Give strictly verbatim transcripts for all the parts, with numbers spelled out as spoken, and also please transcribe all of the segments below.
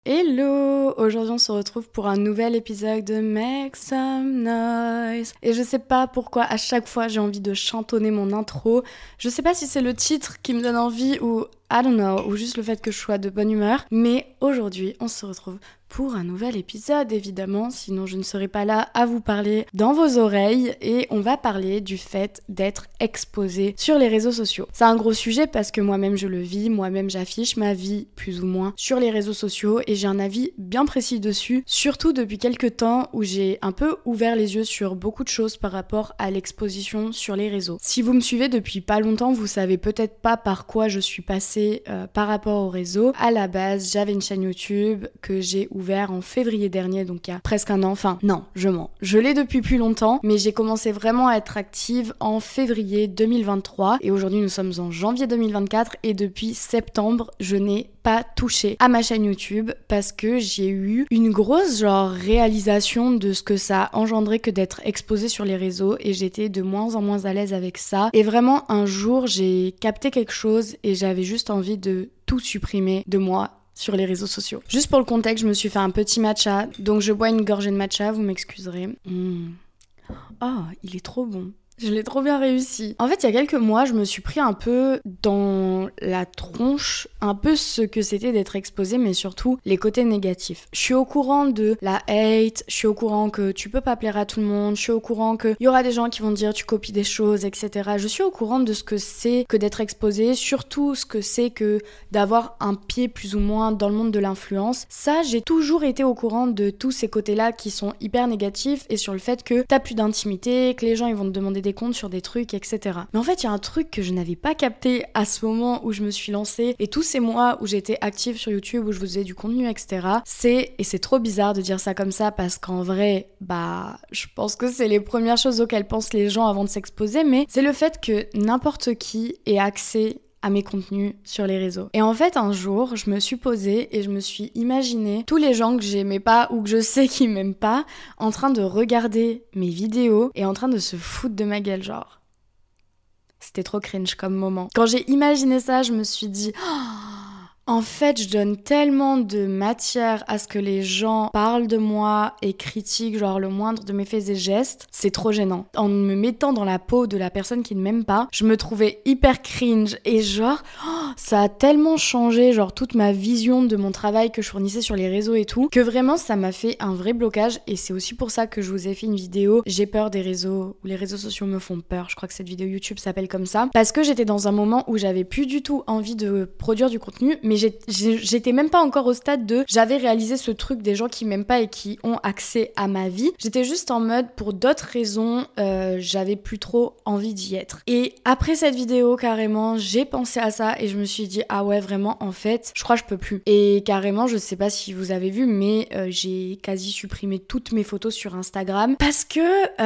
Hello! Aujourd'hui on se retrouve pour un nouvel épisode de Make Some Noise. Et je sais pas pourquoi à chaque fois j'ai envie de chantonner mon intro. Je sais pas si c'est le titre qui me donne envie ou I don't know, ou juste le fait que je sois de bonne humeur. Mais aujourd'hui on se retrouve pour un nouvel épisode évidemment, sinon je ne serai pas là à vous parler dans vos oreilles. Et on va parler du fait d'être exposé sur les réseaux sociaux. C'est un gros sujet parce que moi-même je le vis, moi-même j'affiche ma vie plus ou moins sur les réseaux sociaux. Et j'ai un avis bien précis dessus, surtout depuis quelques temps où j'ai un peu ouvert les yeux sur beaucoup de choses par rapport à l'exposition sur les réseaux. Si vous me suivez depuis pas longtemps, vous savez peut-être pas par quoi je suis passée euh, par rapport aux réseaux. À la base, j'avais une chaîne YouTube que j'ai ouverte en février dernier, donc il y a presque un an. Enfin, non, je mens. Je l'ai depuis plus longtemps, mais j'ai commencé vraiment à être active en février deux mille vingt-trois. Et aujourd'hui, nous sommes en janvier deux mille vingt-quatre et depuis septembre, je n'ai pas touché à ma chaîne YouTube parce que j'ai eu une grosse genre réalisation de ce que ça a engendré que d'être exposée sur les réseaux et j'étais de moins en moins à l'aise avec ça. Et vraiment un jour j'ai capté quelque chose et j'avais juste envie de tout supprimer de moi sur les réseaux sociaux. Juste pour le contexte, je me suis fait un petit matcha, donc je bois une gorgée de matcha, vous m'excuserez. Mmh. Oh, il est trop bon. Je l'ai trop bien réussi. En fait, il y a quelques mois, je me suis pris un peu dans la tronche, un peu ce que c'était d'être exposée, mais surtout les côtés négatifs. Je suis au courant de la hate, je suis au courant que tu peux pas plaire à tout le monde, je suis au courant qu'il y aura des gens qui vont te dire tu copies des choses, et cetera. Je suis au courant de ce que c'est que d'être exposée, surtout ce que c'est que d'avoir un pied plus ou moins dans le monde de l'influence. Ça, j'ai toujours été au courant de tous ces côtés-là qui sont hyper négatifs et sur le fait que t'as plus d'intimité, que les gens ils vont te demander des comptes sur des trucs, et cetera. Mais en fait, il y a un truc que je n'avais pas capté à ce moment où je me suis lancée et tous ces mois où j'étais active sur YouTube, où je vous faisais du contenu, et cetera. C'est, et c'est trop bizarre de dire ça comme ça parce qu'en vrai, bah, je pense que c'est les premières choses auxquelles pensent les gens avant de s'exposer, mais c'est le fait que n'importe qui ait accès à mes contenus sur les réseaux. Et en fait, un jour, je me suis posée et je me suis imaginé tous les gens que j'aimais pas ou que je sais qu'ils m'aiment pas en train de regarder mes vidéos et en train de se foutre de ma gueule, genre. C'était trop cringe comme moment. Quand j'ai imaginé ça, je me suis dit... Oh, en fait, je donne tellement de matière à ce que les gens parlent de moi et critiquent genre le moindre de mes faits et gestes. C'est trop gênant. En me mettant dans la peau de la personne qui ne m'aime pas, je me trouvais hyper cringe et genre, oh, ça a tellement changé genre toute ma vision de mon travail que je fournissais sur les réseaux et tout, que vraiment ça m'a fait un vrai blocage et c'est aussi pour ça que je vous ai fait une vidéo. J'ai peur des réseaux, ou les réseaux sociaux me font peur. Je crois que cette vidéo YouTube s'appelle comme ça. Parce que j'étais dans un moment où j'avais plus du tout envie de produire du contenu, mais j'ai, j'ai, j'étais même pas encore au stade de j'avais réalisé ce truc des gens qui m'aiment pas et qui ont accès à ma vie. J'étais juste en mode pour d'autres raisons, euh, j'avais plus trop envie d'y être. Et après cette vidéo, carrément, j'ai pensé à ça et je me suis dit ah ouais vraiment en fait, je crois que je peux plus. Et carrément, je sais pas si vous avez vu, mais euh, j'ai quasi supprimé toutes mes photos sur Instagram parce que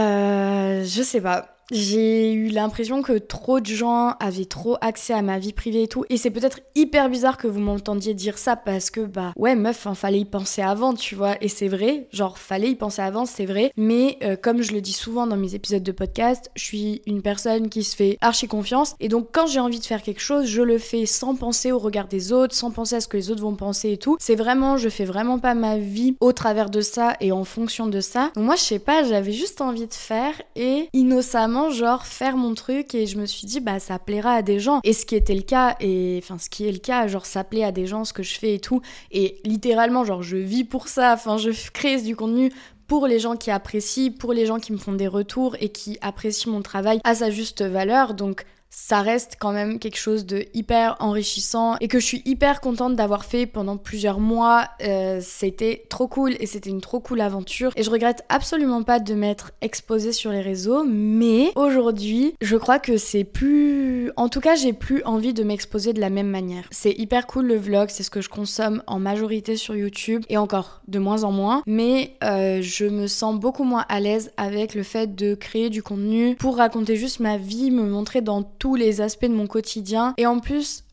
euh, je sais pas. J'ai eu l'impression que trop de gens avaient trop accès à ma vie privée et tout. Et c'est peut-être hyper bizarre que vous m'entendiez dire ça parce que, bah, ouais, meuf, hein, fallait y penser avant, tu vois. Et c'est vrai, genre, fallait y penser avant, c'est vrai. Mais euh, comme je le dis souvent dans mes épisodes de podcast, je suis une personne qui se fait archi confiance. Et donc, quand j'ai envie de faire quelque chose, je le fais sans penser au regard des autres, sans penser à ce que les autres vont penser et tout. C'est vraiment, je fais vraiment pas ma vie au travers de ça et en fonction de ça. Donc moi, je sais pas, j'avais juste envie de faire et innocemment, genre faire mon truc et je me suis dit bah ça plaira à des gens et ce qui était le cas et enfin ce qui est le cas genre ça plaît à des gens ce que je fais et tout et littéralement genre je vis pour ça, enfin je crée du contenu pour les gens qui apprécient, pour les gens qui me font des retours et qui apprécient mon travail à sa juste valeur, donc ça reste quand même quelque chose de hyper enrichissant et que je suis hyper contente d'avoir fait pendant plusieurs mois. Euh, c'était trop cool et c'était une trop cool aventure et je regrette absolument pas de m'être exposée sur les réseaux, mais aujourd'hui je crois que c'est plus... En tout cas j'ai plus envie de m'exposer de la même manière. C'est hyper cool le vlog, c'est ce que je consomme en majorité sur YouTube et encore de moins en moins, mais euh, je me sens beaucoup moins à l'aise avec le fait de créer du contenu pour raconter juste ma vie, me montrer dans tous les aspects de mon quotidien et en plus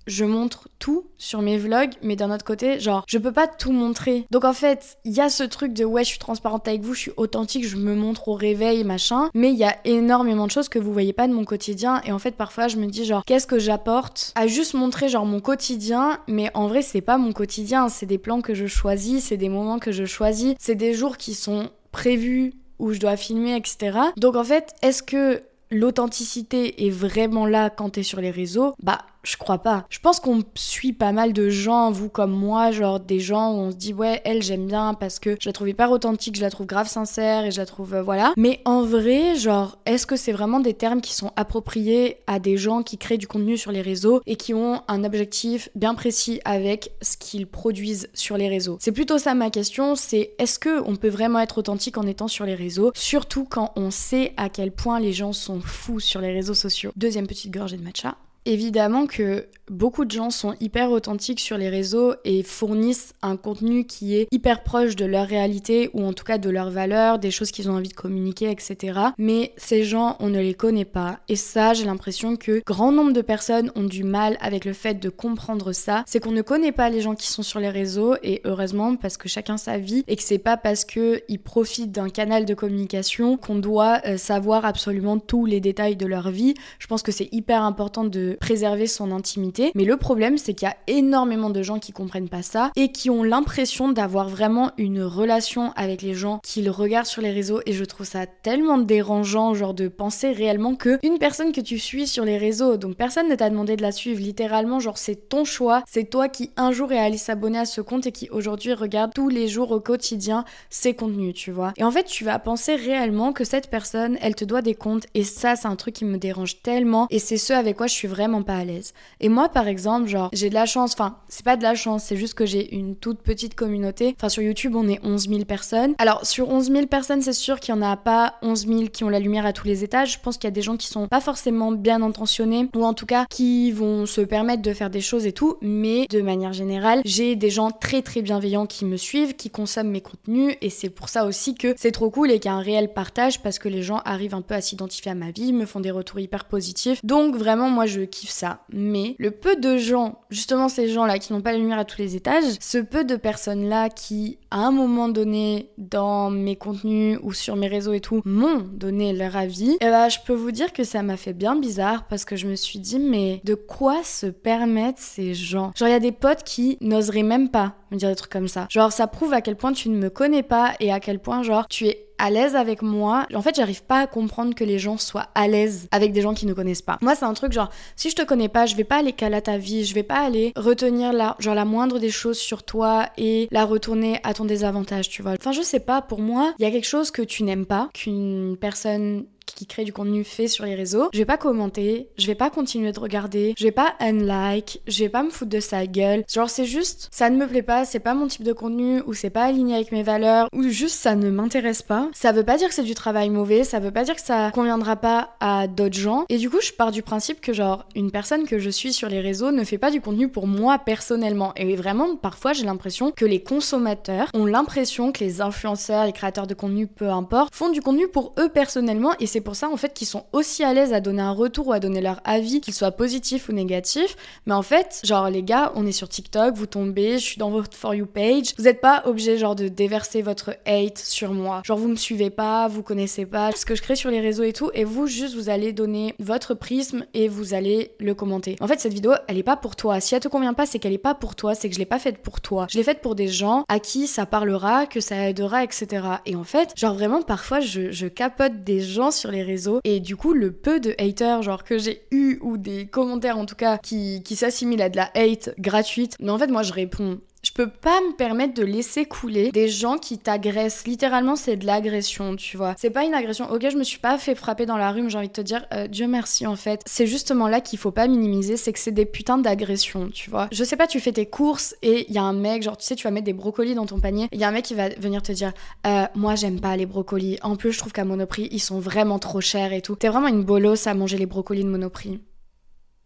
je montre tout sur mes vlogs, mais d'un autre côté, genre, je peux pas tout montrer. Donc en fait, il y a ce truc de ouais, je suis transparente avec vous, je suis authentique, je me montre au réveil, machin, mais il y a énormément de choses que vous voyez pas de mon quotidien, et en fait, parfois, je me dis genre, qu'est-ce que j'apporte à juste montrer genre mon quotidien, mais en vrai, c'est pas mon quotidien, c'est des plans que je choisis, c'est des moments que je choisis, c'est des jours qui sont prévus où je dois filmer, et cetera. Donc en fait, est-ce que l'authenticité est vraiment là quand t'es sur les réseaux? Bah, je crois pas. Je pense qu'on suit pas mal de gens, vous comme moi, genre des gens où on se dit ouais, elle j'aime bien parce que je la trouve hyper authentique, je la trouve grave sincère et je la trouve euh, voilà. Mais en vrai, genre, est-ce que c'est vraiment des termes qui sont appropriés à des gens qui créent du contenu sur les réseaux et qui ont un objectif bien précis avec ce qu'ils produisent sur les réseaux? C'est plutôt ça ma question, c'est est-ce que on peut vraiment être authentique en étant sur les réseaux, surtout quand on sait à quel point les gens sont fous sur les réseaux sociaux. Deuxième petite gorgée de matcha. Évidemment que beaucoup de gens sont hyper authentiques sur les réseaux et fournissent un contenu qui est hyper proche de leur réalité ou en tout cas de leurs valeurs, des choses qu'ils ont envie de communiquer, et cetera. Mais ces gens, on ne les connaît pas. Et ça, j'ai l'impression que grand nombre de personnes ont du mal avec le fait de comprendre ça. C'est qu'on ne connaît pas les gens qui sont sur les réseaux et heureusement parce que chacun sa vie et que c'est pas parce qu'ils profitent d'un canal de communication qu'on doit euh, savoir absolument tous les détails de leur vie. Je pense que c'est hyper important de préserver son intimité, mais le problème c'est qu'il y a énormément de gens qui comprennent pas ça et qui ont l'impression d'avoir vraiment une relation avec les gens qu'ils regardent sur les réseaux et je trouve ça tellement dérangeant genre de penser réellement que une personne que tu suis sur les réseaux, donc personne ne t'a demandé de la suivre, littéralement genre c'est ton choix, c'est toi qui un jour est allé s'abonner à ce compte et qui aujourd'hui regarde tous les jours au quotidien ses contenus, tu vois. Et en fait tu vas penser réellement que cette personne elle te doit des comptes et ça c'est un truc qui me dérange tellement et c'est ce avec quoi je suis vraiment vraiment pas à l'aise. Et moi par exemple, genre j'ai de la chance, enfin c'est pas de la chance, c'est juste que j'ai une toute petite communauté. Enfin sur YouTube on est onze mille personnes. Alors sur onze mille personnes c'est sûr qu'il y en a pas onze mille qui ont la lumière à tous les étages. Je pense qu'il y a des gens qui sont pas forcément bien intentionnés ou en tout cas qui vont se permettre de faire des choses et tout, mais de manière générale j'ai des gens très très bienveillants qui me suivent, qui consomment mes contenus et c'est pour ça aussi que c'est trop cool et qu'il y a un réel partage parce que les gens arrivent un peu à s'identifier à ma vie, me font des retours hyper positifs. Donc vraiment moi je kiffe ça, mais le peu de gens, justement ces gens-là qui n'ont pas la lumière à tous les étages, ce peu de personnes-là qui, à un moment donné, dans mes contenus ou sur mes réseaux et tout, m'ont donné leur avis, et bah je peux vous dire que ça m'a fait bien bizarre parce que je me suis dit, mais de quoi se permettent ces gens? Genre il y a des potes qui n'oseraient même pas me dire des trucs comme ça. Genre ça prouve à quel point tu ne me connais pas et à quel point genre tu es à l'aise avec moi. En fait, j'arrive pas à comprendre que les gens soient à l'aise avec des gens qui ne connaissent pas. Moi, c'est un truc genre, si je te connais pas, je vais pas aller caler ta vie, je vais pas aller retenir la, genre la moindre des choses sur toi et la retourner à ton désavantage, tu vois. Enfin, je sais pas, pour moi, il y a quelque chose que tu n'aimes pas, qu'une personne qui crée du contenu fait sur les réseaux, je vais pas commenter, je vais pas continuer de regarder, je vais pas unlike, je vais pas me foutre de sa gueule. Genre c'est juste, ça ne me plaît pas, c'est pas mon type de contenu, ou c'est pas aligné avec mes valeurs, ou juste ça ne m'intéresse pas. Ça veut pas dire que c'est du travail mauvais, ça veut pas dire que ça conviendra pas à d'autres gens. Et du coup je pars du principe que genre une personne que je suis sur les réseaux ne fait pas du contenu pour moi personnellement. Et vraiment parfois j'ai l'impression que les consommateurs ont l'impression que les influenceurs, les créateurs de contenu, peu importe, font du contenu pour eux personnellement et c'est pour ça en fait qu'ils sont aussi à l'aise à donner un retour ou à donner leur avis, qu'il soit positif ou négatif. Mais en fait, genre les gars, on est sur TikTok, vous tombez, je suis dans votre For You page, vous êtes pas obligé genre de déverser votre hate sur moi. Genre vous me suivez pas, vous connaissez pas ce que je crée sur les réseaux et tout, et vous juste vous allez donner votre prisme et vous allez le commenter. En fait cette vidéo, elle est pas pour toi. Si elle te convient pas, c'est qu'elle est pas pour toi, c'est que je l'ai pas faite pour toi. Je l'ai faite pour des gens à qui ça parlera, que ça aidera, et cetera. Et en fait, genre vraiment parfois je, je capote des gens sur les réseaux et du coup le peu de haters genre que j'ai eu ou des commentaires en tout cas qui, qui s'assimilent à de la hate gratuite, mais en fait moi je réponds. Je peux pas me permettre de laisser couler des gens qui t'agressent. Littéralement, c'est de l'agression, tu vois. C'est pas une agression. Ok, je me suis pas fait frapper dans la rue, mais j'ai envie de te dire, euh, Dieu merci, en fait. C'est justement là qu'il faut pas minimiser, c'est que c'est des putains d'agressions, tu vois. Je sais pas, tu fais tes courses et il y a un mec, genre, tu sais, tu vas mettre des brocolis dans ton panier, il y a un mec qui va venir te dire, euh, moi, j'aime pas les brocolis. En plus, je trouve qu'à Monoprix, ils sont vraiment trop chers et tout. T'es vraiment une bolosse à manger les brocolis de Monoprix.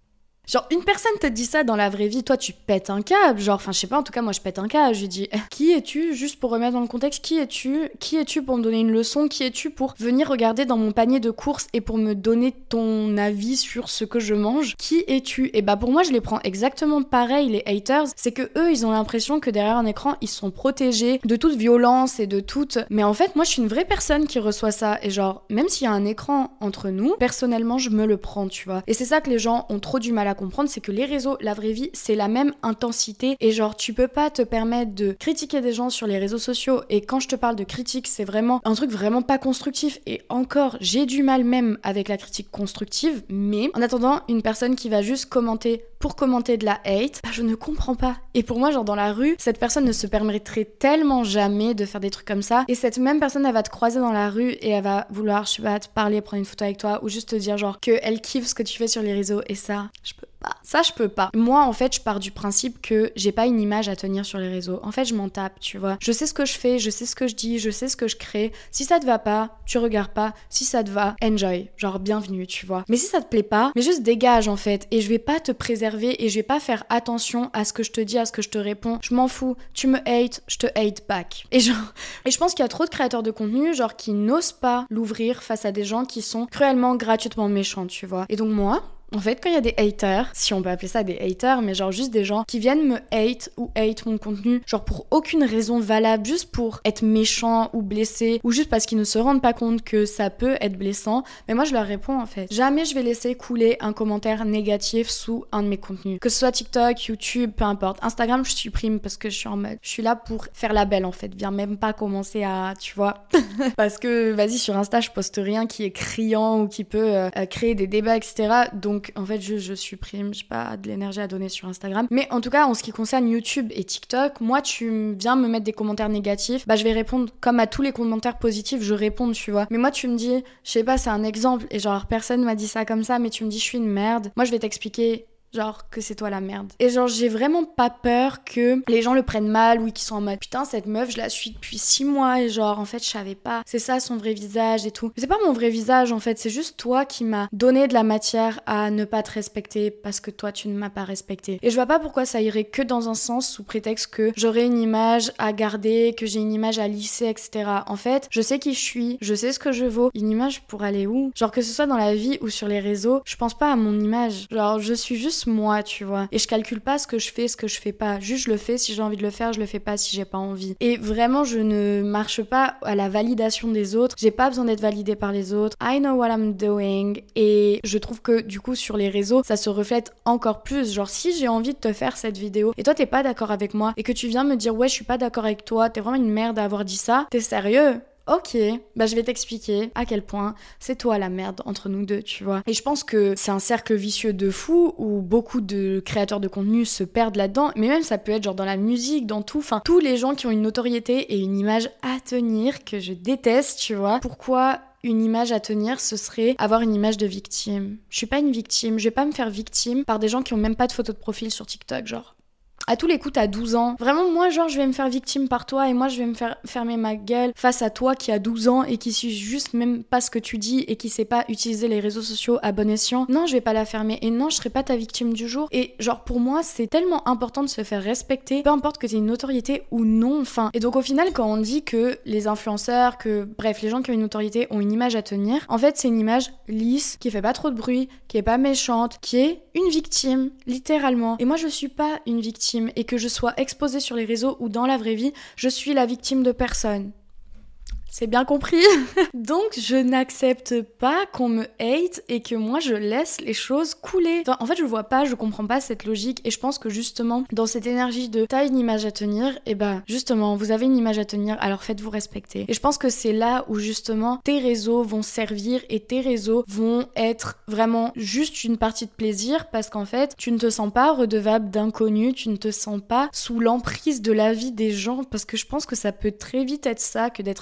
Genre, une personne te dit ça dans la vraie vie, toi tu pètes un câble, genre, enfin je sais pas, en tout cas moi je pète un câble, je lui dis, eh, qui es-tu, juste pour remettre dans le contexte, qui es-tu, qui es-tu pour me donner une leçon, qui es-tu pour venir regarder dans mon panier de courses et pour me donner ton avis sur ce que je mange, qui es-tu? Et bah pour moi je les prends exactement pareil, les haters, c'est que eux ils ont l'impression que derrière un écran ils sont protégés de toute violence et de toute, mais en fait moi je suis une vraie personne qui reçoit ça, et genre, même s'il y a un écran entre nous, personnellement je me le prends, tu vois, et c'est ça que les gens ont trop du mal à comprendre, c'est que les réseaux, la vraie vie, c'est la même intensité, et genre tu peux pas te permettre de critiquer des gens sur les réseaux sociaux, et quand je te parle de critique, c'est vraiment un truc vraiment pas constructif, et encore, j'ai du mal même avec la critique constructive, mais en attendant, une personne qui va juste commenter pour commenter de la hate, bah, je ne comprends pas. Et pour moi, genre dans la rue, cette personne ne se permettrait tellement jamais de faire des trucs comme ça, et cette même personne, elle va te croiser dans la rue, et elle va vouloir, je sais pas, te parler, prendre une photo avec toi, ou juste te dire genre qu'elle kiffe ce que tu fais sur les réseaux, et ça, je peux pas. Ça, je peux pas. Moi, en fait, je pars du principe que j'ai pas une image à tenir sur les réseaux. En fait, je m'en tape, tu vois. Je sais ce que je fais, je sais ce que je dis, je sais ce que je crée. Si ça te va pas, tu regardes pas. Si ça te va, enjoy. Genre, bienvenue, tu vois. Mais si ça te plaît pas, mais juste dégage, en fait. Et je vais pas te préserver et je vais pas faire attention à ce que je te dis, à ce que je te réponds. Je m'en fous. Tu me hates, je te hate back. Et genre, et je pense qu'il y a trop de créateurs de contenu, genre, qui n'osent pas l'ouvrir face à des gens qui sont cruellement, gratuitement méchants, tu vois. Et donc, moi, en fait, quand il y a des haters, si on peut appeler ça des haters, mais genre juste des gens qui viennent me hate ou hate mon contenu, genre pour aucune raison valable, juste pour être méchant ou blessé, ou juste parce qu'ils ne se rendent pas compte que ça peut être blessant, mais moi je leur réponds en fait. Jamais je vais laisser couler un commentaire négatif sous un de mes contenus. Que ce soit TikTok, YouTube, peu importe. Instagram, je supprime parce que je suis en mode, je suis là pour faire la belle en fait. Viens même pas commencer à, tu vois, parce que vas-y, sur Insta, je poste rien qui est criant ou qui peut euh, créer des débats, et cetera. Donc Donc en fait je, je supprime, j'ai pas de l'énergie à donner sur Instagram. Mais en tout cas en ce qui concerne YouTube et TikTok, moi tu viens me mettre des commentaires négatifs, bah je vais répondre comme à tous les commentaires positifs, je réponds, tu vois. Mais moi tu me dis, je sais pas, c'est un exemple, et genre personne m'a dit ça comme ça, mais tu me dis je suis une merde. Moi je vais t'expliquer genre que c'est toi la merde. Et genre j'ai vraiment pas peur que les gens le prennent mal ou qu'ils sont en mode putain cette meuf je la suis depuis six mois et genre en fait je savais pas, c'est ça son vrai visage et tout. Mais c'est pas mon vrai visage en fait, c'est juste toi qui m'as donné de la matière à ne pas te respecter parce que toi tu ne m'as pas respecté. Et je vois pas pourquoi ça irait que dans un sens sous prétexte que j'aurais une image à garder, que j'ai une image à lisser, et cetera. En fait je sais qui je suis, je sais ce que je vaux. Une image pour aller où? Genre que ce soit dans la vie ou sur les réseaux, je pense pas à mon image. Genre je suis juste moi, tu vois. Et je calcule pas ce que je fais, ce que je fais pas. Juste je le fais, si j'ai envie de le faire, je le fais pas si j'ai pas envie. Et vraiment, je ne marche pas à la validation des autres. J'ai pas besoin d'être validée par les autres. I know what I'm doing. Et je trouve que du coup, sur les réseaux, ça se reflète encore plus. Genre, si j'ai envie de te faire cette vidéo et toi t'es pas d'accord avec moi et que tu viens me dire ouais, je suis pas d'accord avec toi, t'es vraiment une merde à avoir dit ça, t'es sérieux? Ok, bah je vais t'expliquer à quel point c'est toi la merde entre nous deux, tu vois. Et je pense que c'est un cercle vicieux de fou où beaucoup de créateurs de contenu se perdent là-dedans, mais même ça peut être genre dans la musique, dans tout, enfin tous les gens qui ont une notoriété et une image à tenir que je déteste, tu vois. Pourquoi une image à tenir, ce serait avoir une image de victime? Je suis pas une victime, je vais pas me faire victime par des gens qui ont même pas de photo de profil sur TikTok, genre. À tous les coups, t'as douze ans. Vraiment, moi, genre, je vais me faire victime par toi et moi, je vais me faire fermer ma gueule face à toi qui a douze ans et qui suit juste même pas ce que tu dis et qui sait pas utiliser les réseaux sociaux à bon escient. Non, je vais pas la fermer et non, je serai pas ta victime du jour. Et genre, pour moi, c'est tellement important de se faire respecter, peu importe que t'aies une notoriété ou non, enfin. Et donc, au final, quand on dit que les influenceurs, que bref, les gens qui ont une notoriété ont une image à tenir, en fait, c'est une image lisse, qui fait pas trop de bruit, qui est pas méchante, qui est une victime, littéralement. Et moi, je suis pas une victime. Et que je sois exposée sur les réseaux ou dans la vraie vie, je suis la victime de personne. C'est bien compris. Donc je n'accepte pas qu'on me hate et que moi je laisse les choses couler. Enfin, en fait je vois pas, je comprends pas cette logique et je pense que justement dans cette énergie de t'as une image à tenir, et bah justement vous avez une image à tenir, alors faites-vous respecter. Et je pense que c'est là où justement tes réseaux vont servir et tes réseaux vont être vraiment juste une partie de plaisir parce qu'en fait tu ne te sens pas redevable d'inconnus, tu ne te sens pas sous l'emprise de la vie des gens parce que je pense que ça peut très vite être ça que d'être exposé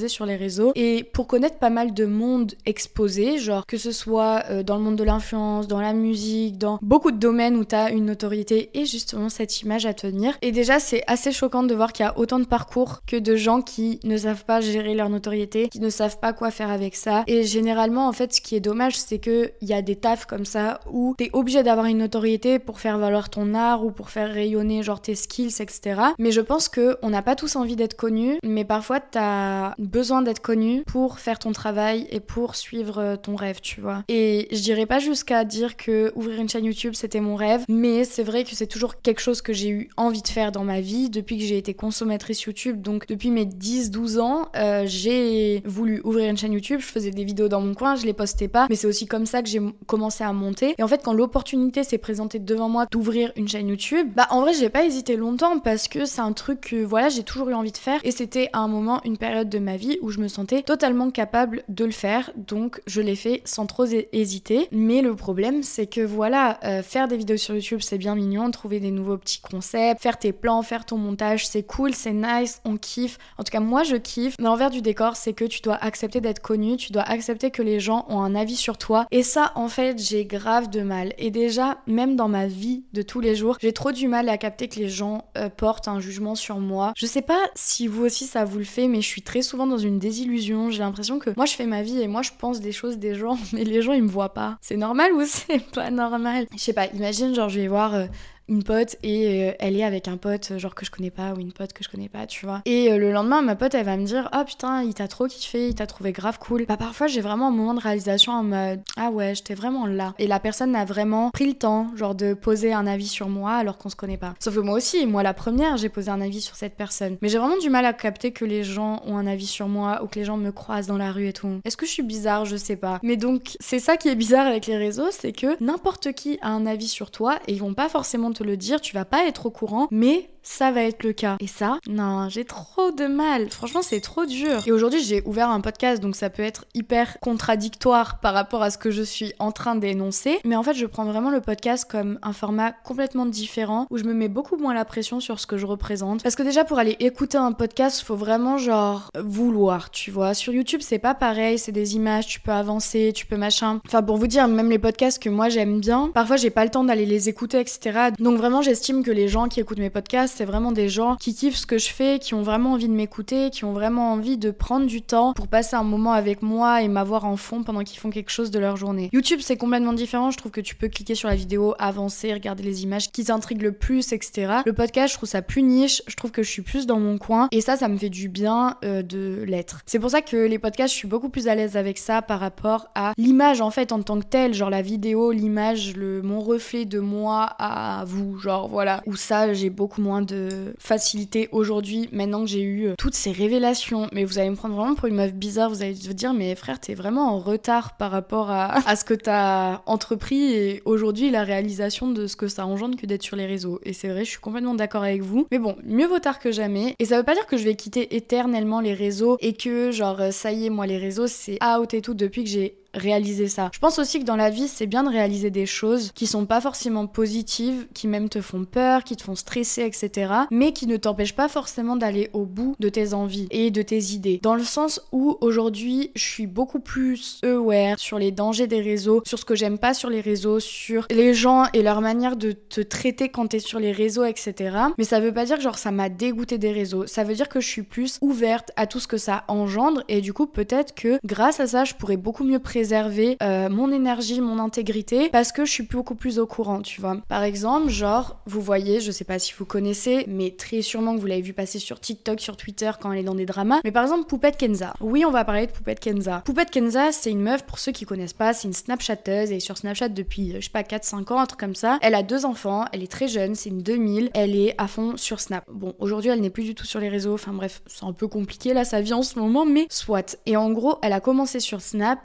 sur les réseaux et pour connaître pas mal de monde exposé, genre que ce soit euh, dans le monde de l'influence, dans la musique, dans beaucoup de domaines où t'as une notoriété et justement cette image à tenir. Et déjà c'est assez choquant de voir qu'il y a autant de parcours que de gens qui ne savent pas gérer leur notoriété, qui ne savent pas quoi faire avec ça. Et généralement en fait ce qui est dommage c'est que il y a des tafs comme ça où t'es obligé d'avoir une notoriété pour faire valoir ton art ou pour faire rayonner genre tes skills, et cetera. Mais je pense que on n'a pas tous envie d'être connus, mais parfois t'as besoin d'être connu pour faire ton travail et pour suivre ton rêve, tu vois. Et je dirais pas jusqu'à dire que ouvrir une chaîne YouTube c'était mon rêve, mais c'est vrai que c'est toujours quelque chose que j'ai eu envie de faire dans ma vie depuis que j'ai été consommatrice YouTube. Donc depuis mes dix douze ans, euh, j'ai voulu ouvrir une chaîne YouTube, je faisais des vidéos dans mon coin, je les postais pas, mais c'est aussi comme ça que j'ai commencé à monter. Et en fait quand l'opportunité s'est présentée devant moi d'ouvrir une chaîne YouTube, bah en vrai j'ai pas hésité longtemps parce que c'est un truc que voilà j'ai toujours eu envie de faire et c'était à un moment une période de ma vie où je me sentais totalement capable de le faire, donc je l'ai fait sans trop hésiter. Mais le problème c'est que voilà, euh, faire des vidéos sur YouTube c'est bien mignon, trouver des nouveaux petits concepts, faire tes plans, faire ton montage, c'est cool, c'est nice, on kiffe, en tout cas moi je kiffe, mais l'envers du décor c'est que tu dois accepter d'être connu, tu dois accepter que les gens ont un avis sur toi et ça en fait j'ai grave de mal. Et déjà même dans ma vie de tous les jours j'ai trop du mal à capter que les gens euh, portent un jugement sur moi. Je sais pas si vous aussi ça vous le fait, mais je suis très souvent dans une désillusion. J'ai l'impression que moi je fais ma vie et moi je pense des choses des gens, mais les gens ils me voient pas. C'est normal ou c'est pas normal? Je sais pas, imagine genre je vais voir euh, une pote et euh, elle est avec un pote genre que je connais pas ou une pote que je connais pas, tu vois. Et euh, le lendemain, ma pote elle va me dire « Ah putain, il t'a trop kiffé, il t'a trouvé grave cool. » Bah parfois j'ai vraiment un moment de réalisation en mode « Ah ouais, j'étais vraiment là. » Et la personne a vraiment pris le temps genre de poser un avis sur moi alors qu'on se connaît pas. Sauf que moi aussi, moi la première, j'ai posé un avis sur cette personne. Mais j'ai vraiment du mal à capter que les gens ont un avis sur moi ou que les gens me croisent dans la rue et tout. Est-ce que je suis bizarre? Je sais pas. Mais donc c'est ça qui est bizarre avec les réseaux, c'est que n'importe qui a un avis sur toi et ils vont pas forcément te le dire, tu vas pas être au courant, mais ça va être le cas. Et ça, non, j'ai trop de mal. Franchement, c'est trop dur. Et aujourd'hui, j'ai ouvert un podcast, donc ça peut être hyper contradictoire par rapport à ce que je suis en train d'énoncer. Mais en fait, je prends vraiment le podcast comme un format complètement différent, où je me mets beaucoup moins la pression sur ce que je représente. Parce que déjà, pour aller écouter un podcast, faut vraiment genre vouloir, tu vois. Sur YouTube, c'est pas pareil, c'est des images, tu peux avancer, tu peux machin. Enfin, pour vous dire, même les podcasts que moi j'aime bien, parfois j'ai pas le temps d'aller les écouter, et cetera. Donc vraiment, j'estime que les gens qui écoutent mes podcasts, c'est vraiment des gens qui kiffent ce que je fais, qui ont vraiment envie de m'écouter, qui ont vraiment envie de prendre du temps pour passer un moment avec moi et m'avoir en fond pendant qu'ils font quelque chose de leur journée. YouTube, c'est complètement différent. Je trouve que tu peux cliquer sur la vidéo, avancer, regarder les images qui t'intriguent le plus, et cetera. Le podcast, je trouve ça plus niche. Je trouve que je suis plus dans mon coin et ça, ça me fait du bien euh, de l'être. C'est pour ça que les podcasts, je suis beaucoup plus à l'aise avec ça par rapport à l'image en fait en tant que telle, genre la vidéo, l'image, le mon reflet de moi à vous, genre voilà. Où ça, j'ai beaucoup moins de facilité aujourd'hui maintenant que j'ai eu toutes ces révélations. Mais vous allez me prendre vraiment pour une meuf bizarre, vous allez vous dire mais frère t'es vraiment en retard par rapport à, à ce que t'as entrepris et aujourd'hui la réalisation de ce que ça engendre que d'être sur les réseaux. Et c'est vrai, je suis complètement d'accord avec vous, mais bon, mieux vaut tard que jamais. Et ça veut pas dire que je vais quitter éternellement les réseaux et que genre ça y est, moi les réseaux c'est out et tout depuis que j'ai réaliser ça. Je pense aussi que dans la vie, c'est bien de réaliser des choses qui sont pas forcément positives, qui même te font peur, qui te font stresser, et cetera, mais qui ne t'empêchent pas forcément d'aller au bout de tes envies et de tes idées. Dans le sens où aujourd'hui, je suis beaucoup plus aware sur les dangers des réseaux, sur ce que j'aime pas sur les réseaux, sur les gens et leur manière de te traiter quand t'es sur les réseaux, et cetera. Mais ça veut pas dire que genre ça m'a dégoûté des réseaux. Ça veut dire que je suis plus ouverte à tout ce que ça engendre et du coup peut-être que grâce à ça, je pourrais beaucoup mieux préserver euh, mon énergie, mon intégrité, parce que je suis beaucoup plus au courant, tu vois. Par exemple, genre, vous voyez, je sais pas si vous connaissez, mais très sûrement que vous l'avez vu passer sur TikTok, sur Twitter, quand elle est dans des dramas, mais par exemple, Poupette Kenza. Oui, on va parler de Poupette Kenza. Poupette Kenza, c'est une meuf, pour ceux qui connaissent pas, c'est une Snapchatteuse, elle est sur Snapchat depuis, je sais pas, quatre cinq ans, un truc comme ça. Elle a deux enfants, elle est très jeune, c'est une deux mille, elle est à fond sur Snap. Bon, aujourd'hui, elle n'est plus du tout sur les réseaux, enfin bref, c'est un peu compliqué là, sa vie en ce moment, mais soit. Et en gros, elle a commencé sur Snap, et la meuf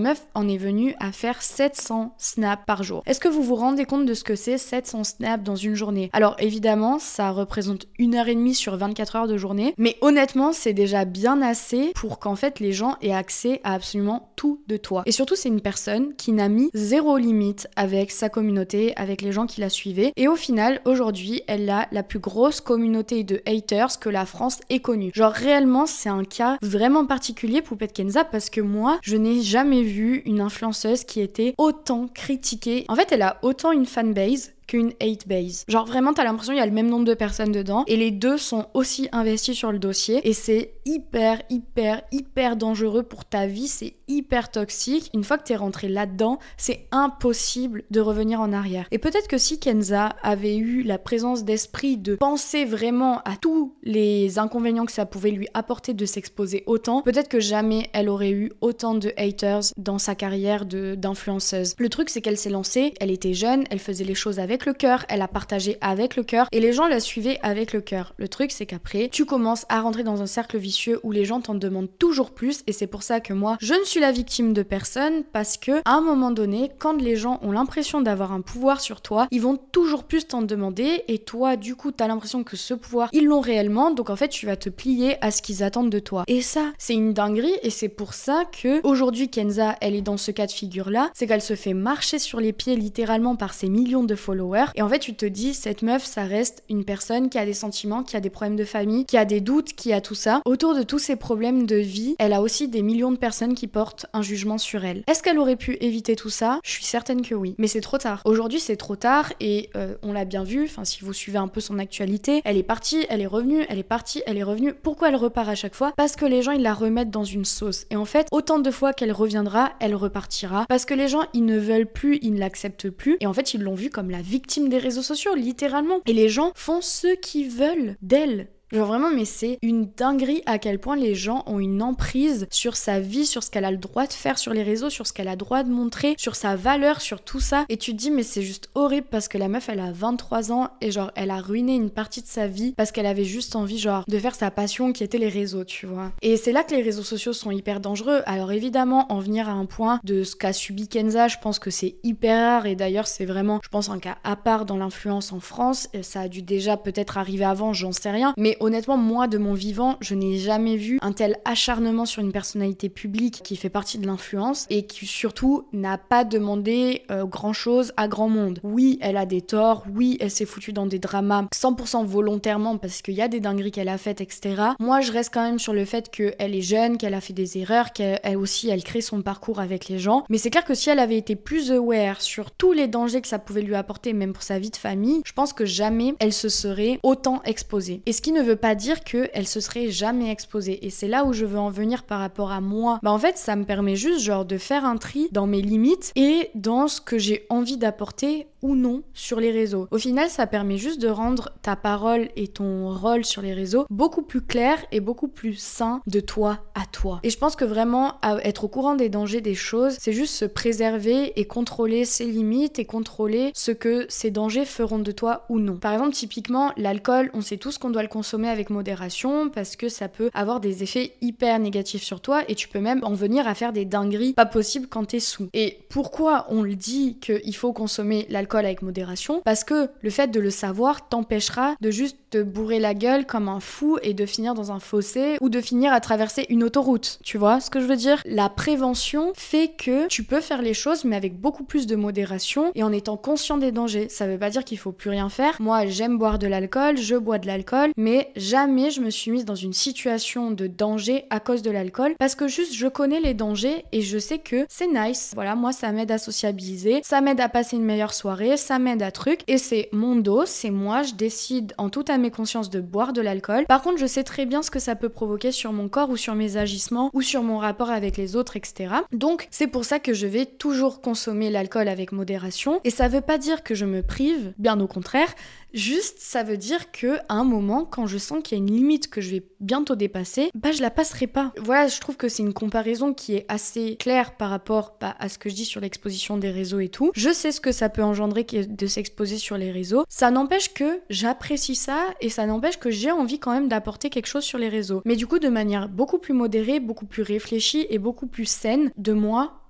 meuf en est venue à faire sept cents snaps par jour. Est-ce que vous vous rendez compte de ce que c'est sept cents snaps dans une journée? Alors évidemment, ça représente une heure et demie sur vingt-quatre heures de journée, mais honnêtement, c'est déjà bien assez pour qu'en fait les gens aient accès à absolument tout de toi. Et surtout, c'est une personne qui n'a mis zéro limite avec sa communauté, avec les gens qui la suivaient. Et au final, aujourd'hui, elle a la plus grosse communauté de haters que la France ait connue. Genre réellement, c'est un cas vraiment particulier, Poupette Kenza, parce que moi, je n'ai jamais vu une influenceuse qui était autant critiquée. En fait, elle a autant une fanbase qu'une hate base. Genre vraiment, t'as l'impression qu'il y a le même nombre de personnes dedans et les deux sont aussi investis sur le dossier et c'est hyper, hyper, hyper dangereux pour ta vie, c'est hyper toxique. Une fois que t'es rentré là-dedans, c'est impossible de revenir en arrière. Et peut-être que si Kenza avait eu la présence d'esprit de penser vraiment à tous les inconvénients que ça pouvait lui apporter de s'exposer autant, peut-être que jamais elle aurait eu autant de haters dans sa carrière de, d'influenceuse. Le truc, c'est qu'elle s'est lancée, elle était jeune, elle faisait les choses avec le cœur, elle a partagé avec le cœur et les gens la suivaient avec le cœur. Le truc, c'est qu'après, tu commences à rentrer dans un cercle vicieux où les gens t'en demandent toujours plus et c'est pour ça que moi, je ne suis la victime de personne parce que à un moment donné, quand les gens ont l'impression d'avoir un pouvoir sur toi, ils vont toujours plus t'en demander et toi, du coup, t'as l'impression que ce pouvoir, ils l'ont réellement, donc en fait, tu vas te plier à ce qu'ils attendent de toi. Et ça, c'est une dinguerie et c'est pour ça que aujourd'hui, Kenza, elle est dans ce cas de figure-là, c'est qu'elle se fait marcher sur les pieds littéralement par ses millions de followers. Et en fait, tu te dis, cette meuf, ça reste une personne qui a des sentiments, qui a des problèmes de famille, qui a des doutes, qui a tout ça. Autour de tous ces problèmes de vie, elle a aussi des millions de personnes qui portent un jugement sur elle. Est-ce qu'elle aurait pu éviter tout ça? Je suis certaine que oui. Mais c'est trop tard. Aujourd'hui, c'est trop tard et euh, on l'a bien vu, enfin, si vous suivez un peu son actualité, elle est partie, elle est revenue, elle est partie, elle est revenue. Pourquoi elle repart à chaque fois? Parce que les gens, ils la remettent dans une sauce. Et en fait, autant de fois qu'elle reviendra, elle repartira. Parce que les gens, ils ne veulent plus, ils ne l'acceptent plus. Et en fait, ils l'ont vu comme la victime des réseaux sociaux, littéralement. Et les gens font ce qu'ils veulent d'elle. Genre vraiment, mais c'est une dinguerie à quel point les gens ont une emprise sur sa vie, sur ce qu'elle a le droit de faire sur les réseaux, sur ce qu'elle a le droit de montrer, sur sa valeur, sur tout ça. Et tu te dis, mais c'est juste horrible parce que la meuf, elle a vingt-trois ans et genre, elle a ruiné une partie de sa vie parce qu'elle avait juste envie, genre, de faire sa passion qui était les réseaux, tu vois. Et c'est là que les réseaux sociaux sont hyper dangereux. Alors évidemment, en venir à un point de ce qu'a subi Kenza, je pense que c'est hyper rare et d'ailleurs, c'est vraiment, je pense, un cas à part dans l'influence en France. Ça a dû déjà peut-être arriver avant, j'en sais rien. Mais honnêtement, moi, de mon vivant, je n'ai jamais vu un tel acharnement sur une personnalité publique qui fait partie de l'influence et qui surtout n'a pas demandé euh, grand-chose à grand monde. Oui, elle a des torts, oui, elle s'est foutue dans des dramas cent pour cent volontairement parce qu'il y a des dingueries qu'elle a faites, et cetera. Moi, je reste quand même sur le fait qu'elle est jeune, qu'elle a fait des erreurs, qu'elle elle aussi, elle crée son parcours avec les gens. Mais c'est clair que si elle avait été plus aware sur tous les dangers que ça pouvait lui apporter, même pour sa vie de famille, je pense que jamais elle se serait autant exposée. Et ce qui ne veut pas dire qu'elle se serait jamais exposée. Et c'est là où je veux en venir par rapport à moi. Bah en fait, ça me permet juste genre de faire un tri dans mes limites et dans ce que j'ai envie d'apporter ou non sur les réseaux. Au final, ça permet juste de rendre ta parole et ton rôle sur les réseaux beaucoup plus clair et beaucoup plus sain de toi à toi. Et je pense que vraiment, être au courant des dangers des choses, c'est juste se préserver et contrôler ses limites et contrôler ce que ces dangers feront de toi ou non. Par exemple, typiquement, l'alcool, on sait tous qu'on doit le consommer avec modération parce que ça peut avoir des effets hyper négatifs sur toi et tu peux même en venir à faire des dingueries pas possibles quand t'es sous. Et pourquoi on le dit qu'il faut consommer l'alcool avec modération? Parce que le fait de le savoir t'empêchera de juste te bourrer la gueule comme un fou et de finir dans un fossé ou de finir à traverser une autoroute. Tu vois ce que je veux dire? La prévention fait que tu peux faire les choses mais avec beaucoup plus de modération et en étant conscient des dangers. Ça veut pas dire qu'il faut plus rien faire. Moi, j'aime boire de l'alcool, je bois de l'alcool, mais jamais je me suis mise dans une situation de danger à cause de l'alcool parce que juste je connais les dangers et je sais que c'est nice. Voilà, moi ça m'aide à sociabiliser, ça m'aide à passer une meilleure soirée, ça m'aide à truc et c'est mon dos, c'est moi, je décide en toute âme et conscience de boire de l'alcool. Par contre, je sais très bien ce que ça peut provoquer sur mon corps ou sur mes agissements ou sur mon rapport avec les autres, et cetera. Donc c'est pour ça que je vais toujours consommer l'alcool avec modération et ça veut pas dire que je me prive, bien au contraire. Juste, ça veut dire que à un moment, quand je sens qu'il y a une limite que je vais bientôt dépasser, bah je la passerai pas. Voilà, je trouve que c'est une comparaison qui est assez claire par rapport bah, à ce que je dis sur l'exposition des réseaux et tout. Je sais ce que ça peut engendrer de s'exposer sur les réseaux. Ça n'empêche que j'apprécie ça et ça n'empêche que j'ai envie quand même d'apporter quelque chose sur les réseaux. Mais du coup, de manière beaucoup plus modérée, beaucoup plus réfléchie et beaucoup plus saine de moi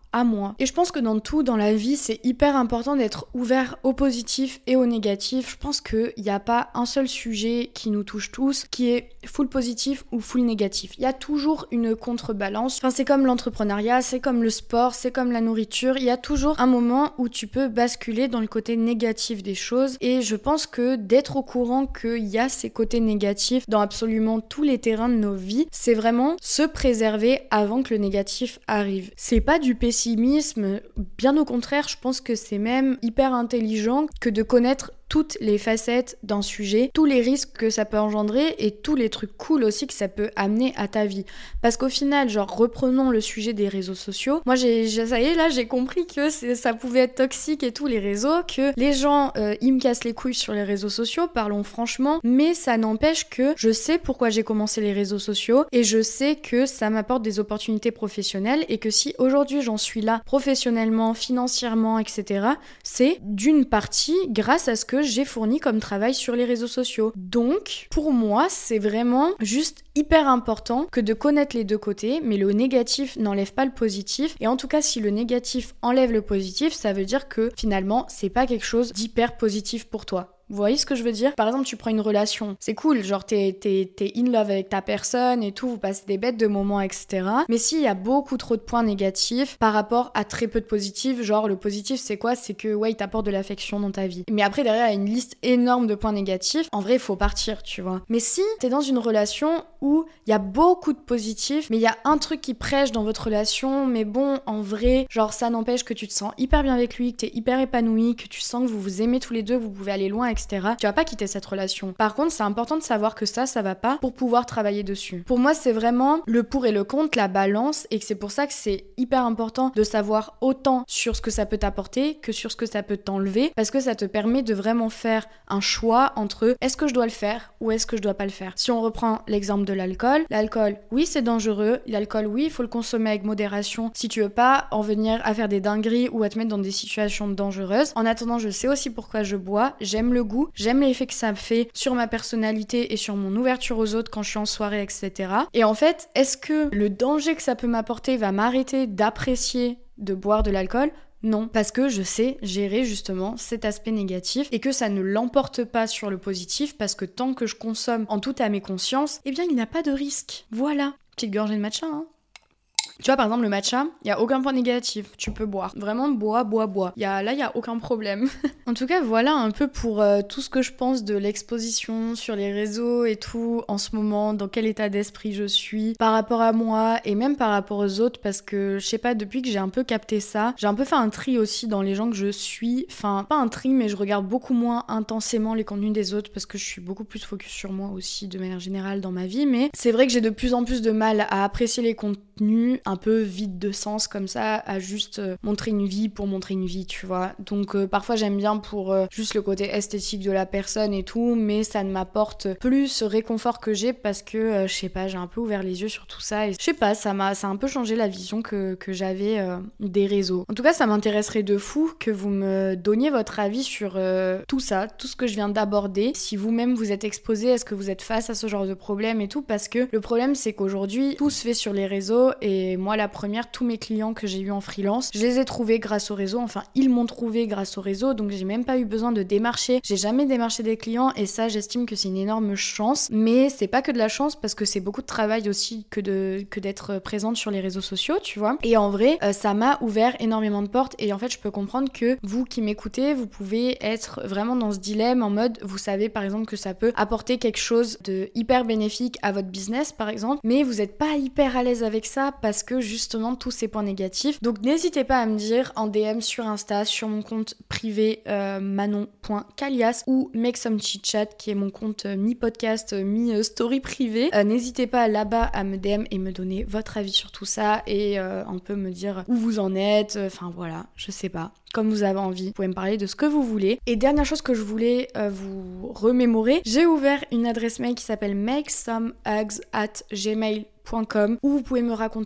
à moi. Et je pense que dans tout, dans la vie, c'est hyper important d'être ouvert au positif et au négatif. Je pense qu'il n'y a pas un seul sujet qui nous touche tous qui est full positif ou full négatif. Il y a toujours une contrebalance. Enfin, c'est comme l'entrepreneuriat, c'est comme le sport, c'est comme la nourriture. Il y a toujours un moment où tu peux basculer dans le côté négatif des choses. Et je pense que d'être au courant qu'il y a ces côtés négatifs dans absolument tous les terrains de nos vies, c'est vraiment se préserver avant que le négatif arrive. C'est pas du pessimisme, bien au contraire, je pense que c'est même hyper intelligent que de connaître toutes les facettes d'un sujet, tous les risques que ça peut engendrer et tous les trucs cool aussi que ça peut amener à ta vie. Parce qu'au final, genre, reprenons le sujet des réseaux sociaux. Moi, j'ai, j'ai ça y est, là, j'ai compris que c'est, ça pouvait être toxique et tout, les réseaux, que les gens, euh, ils me cassent les couilles sur les réseaux sociaux, parlons franchement, mais ça n'empêche que je sais pourquoi j'ai commencé les réseaux sociaux et je sais que ça m'apporte des opportunités professionnelles et que si aujourd'hui j'en suis là professionnellement, financièrement, et cetera, c'est d'une partie grâce à ce que j'ai fourni comme travail sur les réseaux sociaux. Donc, pour moi, c'est vraiment juste hyper important que de connaître les deux côtés, mais le négatif n'enlève pas le positif. Et en tout cas, si le négatif enlève le positif, ça veut dire que finalement, c'est pas quelque chose d'hyper positif pour toi. Vous voyez ce que je veux dire ? Par exemple, tu prends une relation, c'est cool, genre t'es, t'es, t'es in love avec ta personne et tout, vous passez des bêtes de moments, et cetera. Mais s'il y a beaucoup trop de points négatifs par rapport à très peu de positifs, genre le positif c'est quoi ? C'est que ouais, il t'apporte de l'affection dans ta vie. Mais après, derrière, il y a une liste énorme de points négatifs, en vrai, il faut partir, tu vois. Mais si t'es dans une relation où il y a beaucoup de positifs, mais il y a un truc qui prêche dans votre relation, mais bon, en vrai, genre ça n'empêche que tu te sens hyper bien avec lui, que t'es hyper épanoui, que tu sens que vous vous aimez tous les deux, vous pouvez aller loin, et cetera. Tu vas pas quitter cette relation. Par contre, c'est important de savoir que ça, ça va pas pour pouvoir travailler dessus. Pour moi, c'est vraiment le pour et le contre, la balance, et que c'est pour ça que c'est hyper important de savoir autant sur ce que ça peut t'apporter que sur ce que ça peut t'enlever, parce que ça te permet de vraiment faire un choix entre est-ce que je dois le faire ou est-ce que je dois pas le faire. Si on reprend l'exemple de l'alcool, l'alcool, oui, c'est dangereux. L'alcool, oui, il faut le consommer avec modération si tu veux pas en venir à faire des dingueries ou à te mettre dans des situations dangereuses. En attendant, je sais aussi pourquoi je bois, j'aime le goût, j'aime l'effet que ça me fait sur ma personnalité et sur mon ouverture aux autres quand je suis en soirée, et cetera. Et en fait, est-ce que le danger que ça peut m'apporter va m'arrêter d'apprécier de boire de l'alcool ? Non, parce que je sais gérer justement cet aspect négatif et que ça ne l'emporte pas sur le positif parce que tant que je consomme en toute à mes consciences, eh bien il n'y a pas de risque. Voilà. Petite gorgée de matcha, hein. Tu vois, par exemple, le matcha, il n'y a aucun point négatif. Tu peux boire. Vraiment, bois, bois, bois. Y a, là, il n'y a aucun problème. En tout cas, voilà un peu pour euh, tout ce que je pense de l'exposition sur les réseaux et tout en ce moment, dans quel état d'esprit je suis par rapport à moi et même par rapport aux autres parce que, je sais pas, depuis que j'ai un peu capté ça, j'ai un peu fait un tri aussi dans les gens que je suis. Enfin, pas un tri, mais je regarde beaucoup moins intensément les contenus des autres parce que je suis beaucoup plus focus sur moi aussi de manière générale dans ma vie. Mais c'est vrai que j'ai de plus en plus de mal à apprécier les contenus un peu vide de sens comme ça, à juste euh, montrer une vie pour montrer une vie, tu vois. Donc euh, parfois j'aime bien pour euh, juste le côté esthétique de la personne et tout, mais ça ne m'apporte plus ce réconfort que j'ai parce que, euh, je sais pas, j'ai un peu ouvert les yeux sur tout ça et je sais pas, ça m'a ça a un peu changé la vision que, que j'avais euh, des réseaux. En tout cas, ça m'intéresserait de fou que vous me donniez votre avis sur euh, tout ça, tout ce que je viens d'aborder. Si vous-même vous êtes exposé, est-ce que vous êtes face à ce genre de problème et tout, parce que le problème c'est qu'aujourd'hui, tout se fait sur les réseaux et moi la première, tous mes clients que j'ai eu en freelance, je les ai trouvés grâce au réseau, enfin ils m'ont trouvé grâce au réseau, donc j'ai même pas eu besoin de démarcher, j'ai jamais démarché des clients et ça j'estime que c'est une énorme chance, mais c'est pas que de la chance parce que c'est beaucoup de travail aussi que, de, que d'être présente sur les réseaux sociaux, tu vois, et en vrai euh, ça m'a ouvert énormément de portes et en fait je peux comprendre que vous qui m'écoutez, vous pouvez être vraiment dans ce dilemme en mode, vous savez par exemple que ça peut apporter quelque chose de hyper bénéfique à votre business par exemple, mais vous êtes pas hyper à l'aise avec ça parce que justement tous ces points négatifs. Donc n'hésitez pas à me dire en D M sur Insta, sur mon compte privé euh, manon point calias ou make some chit chat qui est mon compte euh, mi-podcast, euh, mi-story privé. Euh, n'hésitez pas là-bas à me D M et me donner votre avis sur tout ça et euh, un peu me dire où vous en êtes. Enfin voilà, je sais pas. Comme vous avez envie, vous pouvez me parler de ce que vous voulez. Et dernière chose que je voulais euh, vous remémorer, j'ai ouvert une adresse mail qui s'appelle make some hugs at gmail point com où vous pouvez me raconter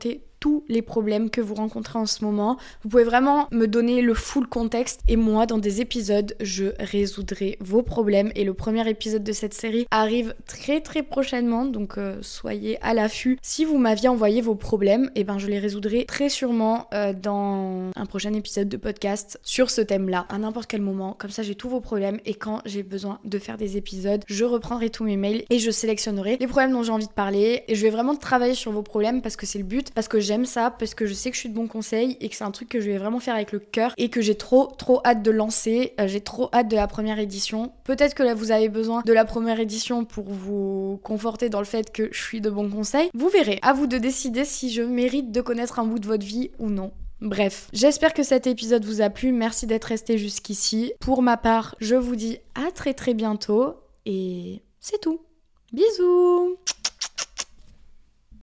tous les problèmes que vous rencontrez en ce moment. Vous pouvez vraiment me donner le full contexte et moi, dans des épisodes, je résoudrai vos problèmes. Et le premier épisode de cette série arrive très très prochainement, donc euh, soyez à l'affût. Si vous m'aviez envoyé vos problèmes, et eh ben je les résoudrai très sûrement euh, dans un prochain épisode de podcast sur ce thème-là, à n'importe quel moment. Comme ça, j'ai tous vos problèmes et quand j'ai besoin de faire des épisodes, je reprendrai tous mes mails et je sélectionnerai les problèmes dont j'ai envie de parler. Et je vais vraiment travailler sur vos problèmes parce que c'est le but, parce que j'aime ça, parce que je sais que je suis de bons conseils et que c'est un truc que je vais vraiment faire avec le cœur et que j'ai trop trop hâte de lancer. Euh, j'ai trop hâte de la première édition. Peut-être que là vous avez besoin de la première édition pour vous conforter dans le fait que je suis de bons conseils. Vous verrez, à vous de décider si je mérite de connaître un bout de votre vie ou non. Bref, j'espère que cet épisode vous a plu. Merci d'être resté jusqu'ici. Pour ma part, je vous dis à très très bientôt et c'est tout. Bisous!